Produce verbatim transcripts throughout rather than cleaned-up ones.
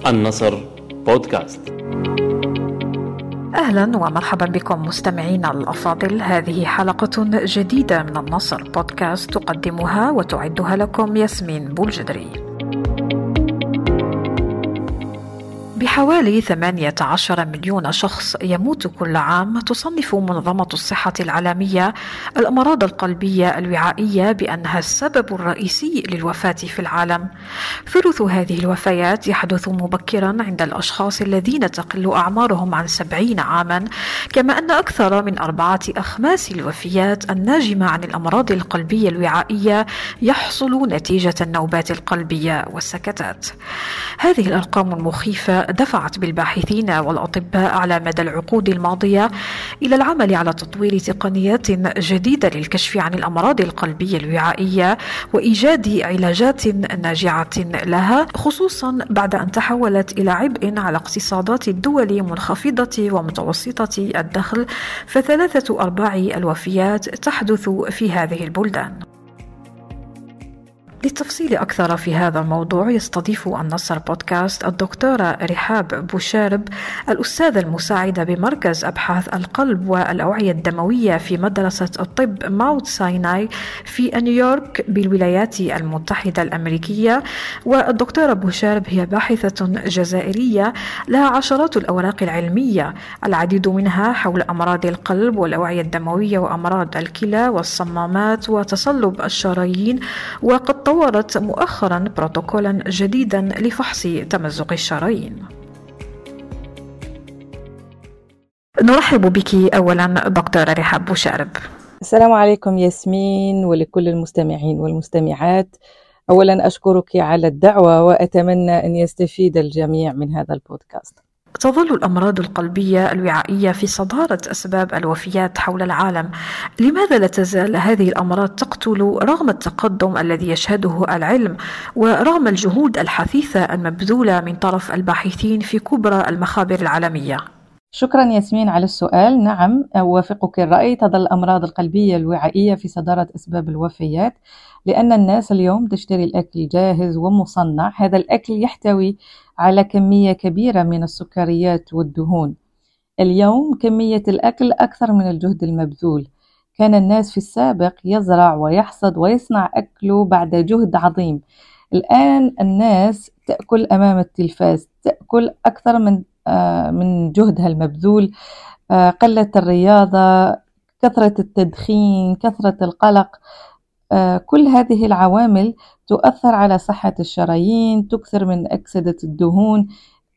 النصر بودكاست. أهلا ومرحبا بكم مستمعينا الأفاضل. هذه حلقة جديدة من النصر بودكاست تقدمها وتعدها لكم ياسمين بولجدري. بحوالي ثمانية عشر مليون شخص يموت كل عام، تصنف منظمة الصحة العالمية الأمراض القلبية الوعائية بأنها السبب الرئيسي للوفاة في العالم. ثلث هذه الوفيات يحدث مبكرا عند الأشخاص الذين تقل أعمارهم عن سبعين عاما، كما أن أكثر من أربعة أخماس الوفيات الناجمة عن الأمراض القلبية الوعائية يحصل نتيجة النوبات القلبية والسكتات. هذه الأرقام المخيفة دفعت بالباحثين والأطباء على مدى العقود الماضية إلى العمل على تطوير تقنيات جديدة للكشف عن الأمراض القلبية الوعائية وإيجاد علاجات ناجعة لها، خصوصا بعد أن تحولت إلى عبء على اقتصادات الدول منخفضة ومتوسطة الدخل، فثلاثة أرباع الوفيات تحدث في هذه البلدان. للتفصيل أكثر في هذا الموضوع يستضيف النصر بودكاست الدكتورة رحاب بوشارب، الأستاذة المساعدة بمركز أبحاث القلب والأوعية الدموية في مدرسة الطب ماونت سايناي في نيويورك بالولايات المتحدة الأمريكية. والدكتورة بوشارب هي باحثة جزائرية لها عشرات الأوراق العلمية، العديد منها حول أمراض القلب والأوعية الدموية وأمراض الكلى والصمامات وتصلب الشرايين، وقد طورت مؤخرا بروتوكولا جديدا لفحص تمزق الشرايين. نرحب بك أولا دكتورة رحاب بوشارب. السلام عليكم ياسمين ولكل المستمعين والمستمعات. أولا أشكرك على الدعوة وأتمنى أن يستفيد الجميع من هذا البودكاست. تظل الأمراض القلبية الوعائية في صدارة أسباب الوفيات حول العالم. لماذا لا تزال هذه الأمراض تقتل رغم التقدم الذي يشهده العلم ورغم الجهود الحثيثة المبذولة من طرف الباحثين في كبرى المخابر العالمية؟ شكرا ياسمين على السؤال. نعم، أوافقك الرأي، تظل الأمراض القلبية الوعائية في صدارة أسباب الوفيات لأن الناس اليوم تشتري الأكل جاهز ومصنع. هذا الأكل يحتوي على كمية كبيرة من السكريات والدهون. اليوم كمية الأكل أكثر من الجهد المبذول. كان الناس في السابق يزرع ويحصد ويصنع أكله بعد جهد عظيم. الآن الناس تأكل أمام التلفاز، تأكل أكثر من من جهدها المبذول. قلت الرياضة، كثرة التدخين، كثرة القلق، كل هذه العوامل تؤثر على صحة الشرايين، تكثر من أكسدة الدهون،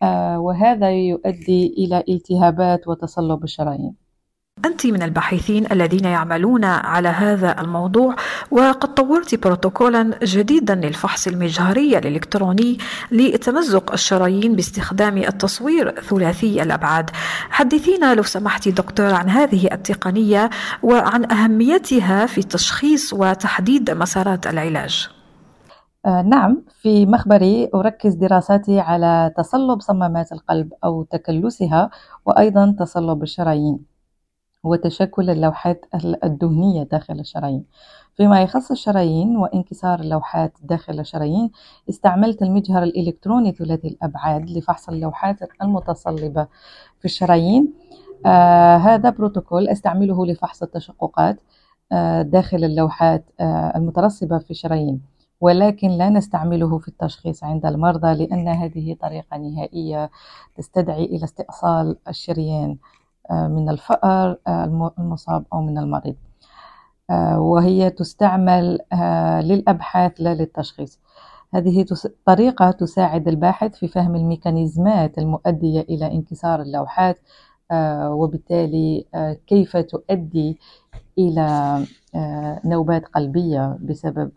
وهذا يؤدي إلى التهابات وتصلب الشرايين. أنت من الباحثين الذين يعملون على هذا الموضوع، وقد طورت بروتوكولا جديدا للفحص المجهري الإلكتروني لتمزق الشرايين باستخدام التصوير ثلاثي الأبعاد. حدثينا لو سمحت دكتور عن هذه التقنية وعن أهميتها في تشخيص وتحديد مسارات العلاج. آه نعم، في مخبري أركز دراساتي على تصلب صمامات القلب أو تكلسها، وأيضا تصلب الشرايين وتشكل اللوحات الدهنية داخل الشرايين. فيما يخص الشرايين وانكسار اللوحات داخل الشرايين، استعملت المجهر الإلكتروني ثلاثي الأبعاد لفحص اللوحات المتصلبة في الشرايين. آه هذا بروتوكول أستعمله لفحص التشققات آه داخل اللوحات آه المترسبة في الشرايين، ولكن لا نستعمله في التشخيص عند المرضى لأن هذه طريقة نهائية تستدعي إلى استئصال الشريان من الفأر المصاب أو من المريض، وهي تستعمل للأبحاث لا للتشخيص. هذه طريقة تساعد الباحث في فهم الميكانيزمات المؤدية إلى انكسار اللوحات، وبالتالي كيف تؤدي إلى نوبات قلبية بسبب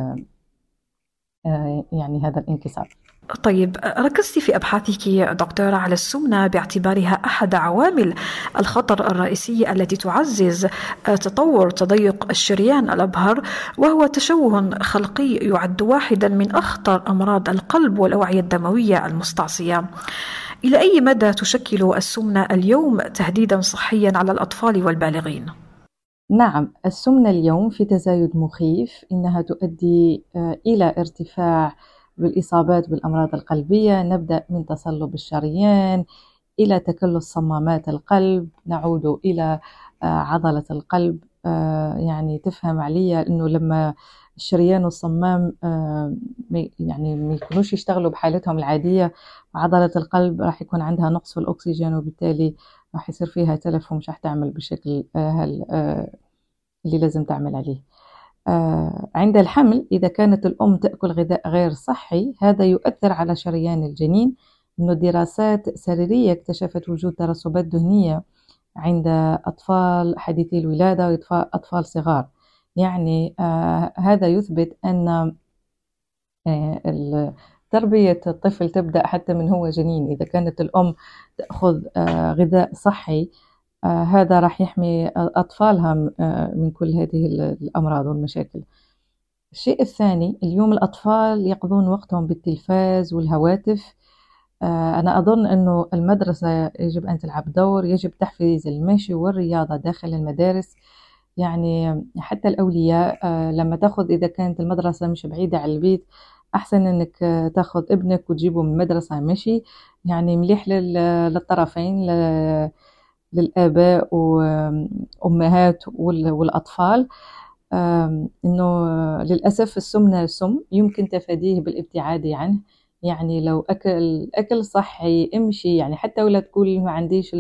يعني هذا الانكسار. طيب، ركزت في أبحاثك دكتورة على السمنة باعتبارها أحد عوامل الخطر الرئيسية التي تعزز تطور تضيق الشريان الأبهر، وهو تشوه خلقي يعد واحدا من أخطر أمراض القلب والأوعية الدموية المستعصية. إلى أي مدى تشكل السمنة اليوم تهديدا صحيا على الأطفال والبالغين؟ نعم، السمنة اليوم في تزايد مخيف. إنها تؤدي إلى ارتفاع بالإصابات بالأمراض القلبية، نبدأ من تصلب الشريان إلى تكلس صمامات القلب، نعود إلى عضلة القلب. يعني تفهم عليا أنه لما الشريان والصمام يعني ما يكونوش يشتغلوا بحالتهم العادية، عضلة القلب راح يكون عندها نقص في الأكسجين، وبالتالي راح يصير فيها تلف ومش راح تعمل بالشكل اللي لازم تعمل عليه. عند الحمل إذا كانت الأم تأكل غذاء غير صحي، هذا يؤثر على شريان الجنين. إنه دراسات سريرية اكتشفت وجود ترسبات دهنية عند أطفال حديثي الولادة وأطفال صغار. يعني آه هذا يثبت أن آه تربية الطفل تبدأ حتى من هو جنين. إذا كانت الأم تأخذ آه غذاء صحي، آه هذا راح يحمي أطفالها آه من كل هذه الأمراض والمشاكل. الشيء الثاني، اليوم الأطفال يقضون وقتهم بالتلفاز والهواتف. أنا أظن أنه المدرسة يجب أن تلعب دور، يجب تحفيز المشي والرياضة داخل المدارس. يعني حتى الأولياء لما تأخذ، إذا كانت المدرسة مش بعيدة على البيت، أحسن أنك تأخذ ابنك وتجيبه من المدرسة مشي. يعني مليح للطرفين، للآباء وأمهات والأطفال. إنه للأسف السمنة سم يمكن تفاديه بالابتعاد عنه. يعني لو أكل أكل صحي، امشي، يعني حتى ولا تقول ما عنديش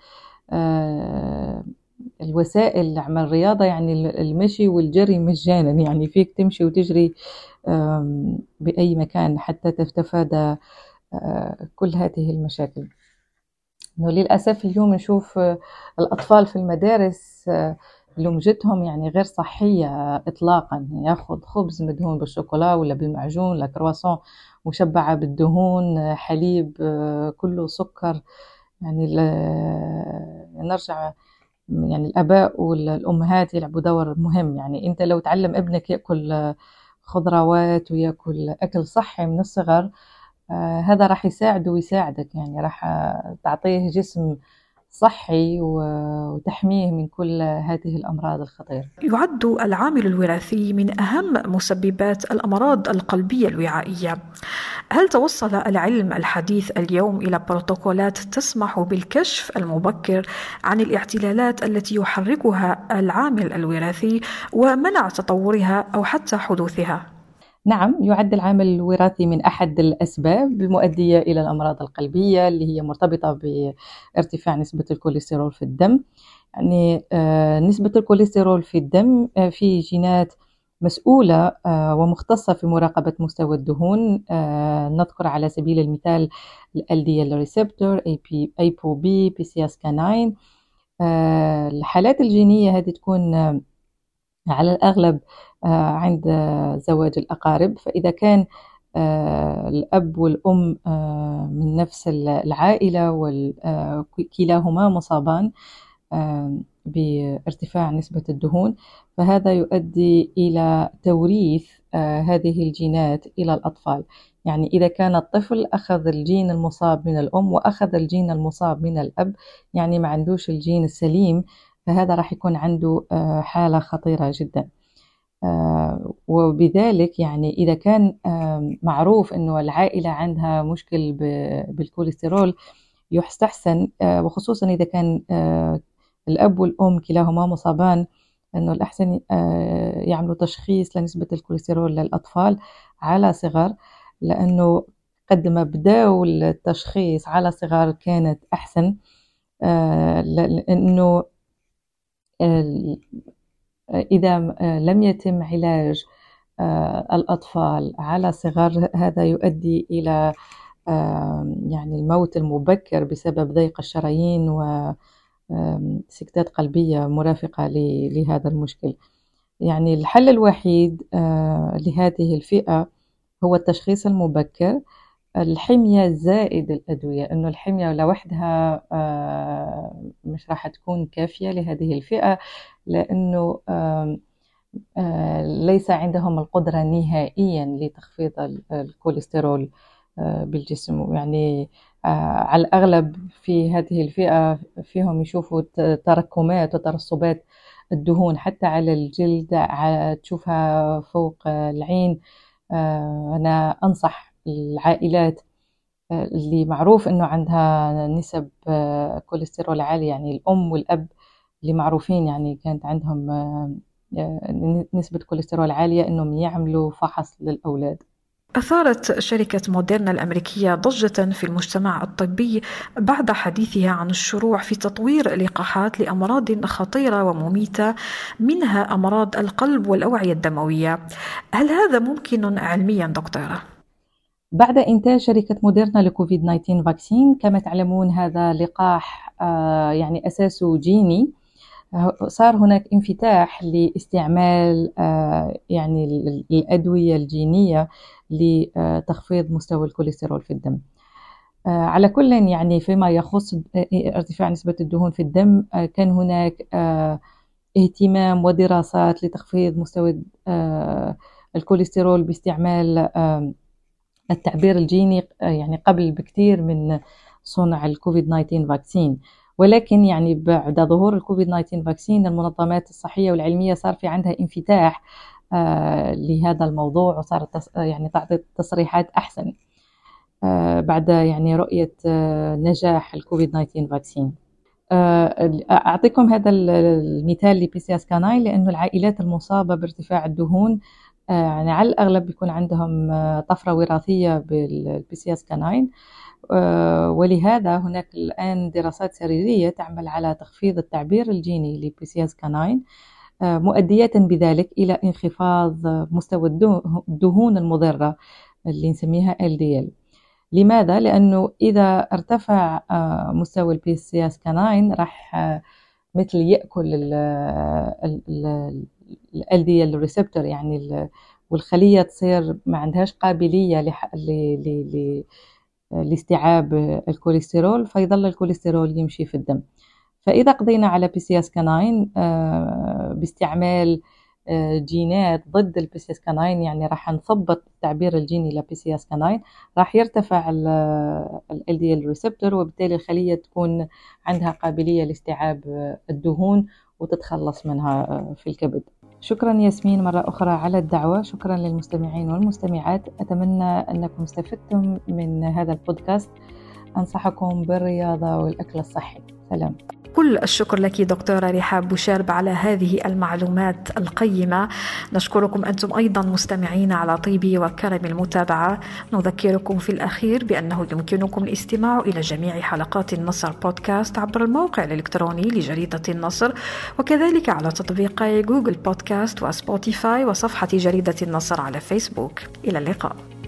الوسائل لعمل رياضة، يعني المشي والجري مجانا، يعني فيك تمشي وتجري بأي مكان حتى تتفادى كل هذه المشاكل. إنه للأسف اليوم نشوف الأطفال في المدارس لمجتهم يعني غير صحية إطلاقا. ياخذ خبز مدهون بالشوكولا ولا بالمعجون ولا كرواسون مشبعة بالدهون، حليب كله سكر. يعني نرجع، يعني الآباء والأمهات يلعبوا دور مهم. يعني أنت لو تعلم ابنك يأكل خضروات ويأكل أكل صحي من الصغر، هذا راح يساعده ويساعدك، يعني راح تعطيه جسم صحي وتحميه من كل هذه الأمراض الخطيرة. يعد العامل الوراثي من أهم مسببات الأمراض القلبية الوعائية. هل توصل العلم الحديث اليوم إلى بروتوكولات تسمح بالكشف المبكر عن الاختلالات التي يحركها العامل الوراثي ومنع تطورها أو حتى حدوثها؟ نعم، يعد العامل الوراثي من أحد الأسباب المؤدية إلى الأمراض القلبية اللي هي مرتبطة بارتفاع نسبة الكوليسترول في الدم. يعني نسبة الكوليسترول في الدم في جينات مسؤولة ومختصة في مراقبة مستوى الدهون. نذكر على سبيل المثال ال إل دي إل ريسبتور، إيه بي أو بي، بي سي إس كي تسعة. الحالات الجينية هذه تكون على الأغلب عند زواج الأقارب. فإذا كان الأب والأم من نفس العائلة وكلاهما مصابان بارتفاع نسبة الدهون، فهذا يؤدي إلى توريث هذه الجينات إلى الأطفال. يعني إذا كان الطفل أخذ الجين المصاب من الأم وأخذ الجين المصاب من الأب، يعني ما عندوش الجين السليم، فهذا راح يكون عنده حالة خطيرة جدا. وبذلك يعني إذا كان معروف أنه العائلة عندها مشكل بالكوليسترول، يستحسن، وخصوصا إذا كان الأب والأم كلاهما مصابان، أنه الأحسن يعملوا تشخيص لنسبة الكوليسترول للأطفال على صغر، لأنه قد ما بدأوا التشخيص على صغر كانت أحسن. لأنه إذا لم يتم علاج الأطفال على صغر، هذا يؤدي إلى يعني الموت المبكر بسبب ضيق الشرايين وسكتات قلبية مرافقة لهذا المشكل. يعني الحل الوحيد لهذه الفئة هو التشخيص المبكر، الحمية زائد الأدوية. إنه الحمية لوحدها مش راح تكون كافية لهذه الفئة، لأنه ليس عندهم القدرة نهائيا لتخفيض الكوليسترول بالجسم. يعني على الأغلب في هذه الفئة فيهم يشوفوا تراكمات وترسبات الدهون حتى على الجلد، تشوفها فوق العين. أنا أنصح العائلات اللي معروف أنه عندها نسب كوليسترول عالي، يعني الأم والأب اللي معروفين يعني كانت عندهم نسبة كوليسترول عالية، أنهم يعملوا فحص للأولاد. أثارت شركة موديرنا الأمريكية ضجة في المجتمع الطبي بعد حديثها عن الشروع في تطوير لقاحات لأمراض خطيرة ومميتة، منها أمراض القلب والأوعية الدموية. هل هذا ممكن علميا دكتورة؟ بعد إنتاج شركة موديرنا لكوفيد تسعة عشر فاكسين، كما تعلمون هذا لقاح يعني أساسه جيني، صار هناك انفتاح لاستعمال يعني الأدوية الجينية لتخفيض مستوى الكوليسترول في الدم. على كل يعني فيما يخص ارتفاع نسبة الدهون في الدم، كان هناك اهتمام ودراسات لتخفيض مستوى الكوليسترول باستعمال التعبير الجيني يعني قبل بكثير من صنع الكوفيد تسعة عشر فاكسين. ولكن يعني بعد ظهور الكوفيد تسعة عشر فاكسين، المنظمات الصحية والعلمية صار في عندها انفتاح آه لهذا الموضوع، وصارت يعني تعطي تصريحات أحسن آه بعد يعني رؤية آه نجاح الكوفيد تسعة عشر فاكسين. آه أعطيكم هذا المثال لبي سي اس كناين، لأنه العائلات المصابة بارتفاع الدهون آه يعني على الأغلب بيكون عندهم آه طفرة وراثية بالبي سي اس كناين، ولهذا هناك الآن دراسات سريرية تعمل على تخفيض التعبير الجيني لبي سي اس كناين، مؤدية بذلك إلى انخفاض مستوى الدهون المضرة اللي نسميها إل دي إل. لماذا؟ لأنه إذا ارتفع مستوى البي سي اس كناين راح مثل يأكل ال إل دي إل ريسبتور، يعني والخلية تصير ما عندهاش قابلية ل لاستيعاب الكوليسترول، فيظل الكوليسترول يمشي في الدم. فإذا قضينا على بي سي اس كناين باستعمال جينات ضد البي سي اس كناين، يعني راح نثبط التعبير الجيني لبي سي اس كناين، راح يرتفع ال إل دي إل ريسبتور، وبالتالي الخلية تكون عندها قابلية لاستيعاب الدهون وتتخلص منها في الكبد. شكرا ياسمين مرة أخرى على الدعوة، شكرا للمستمعين والمستمعات. أتمنى أنكم استفدتم من هذا البودكاست. أنصحكم بالرياضة والأكل الصحي. سلام. كل الشكر لك دكتورة رحاب بوشارب على هذه المعلومات القيمة. نشكركم أنتم أيضا مستمعين على طيب وكرم المتابعة. نذكركم في الأخير بأنه يمكنكم الاستماع إلى جميع حلقات النصر بودكاست عبر الموقع الإلكتروني لجريدة النصر، وكذلك على تطبيقي جوجل بودكاست وسبوتيفاي وصفحة جريدة النصر على فيسبوك. إلى اللقاء.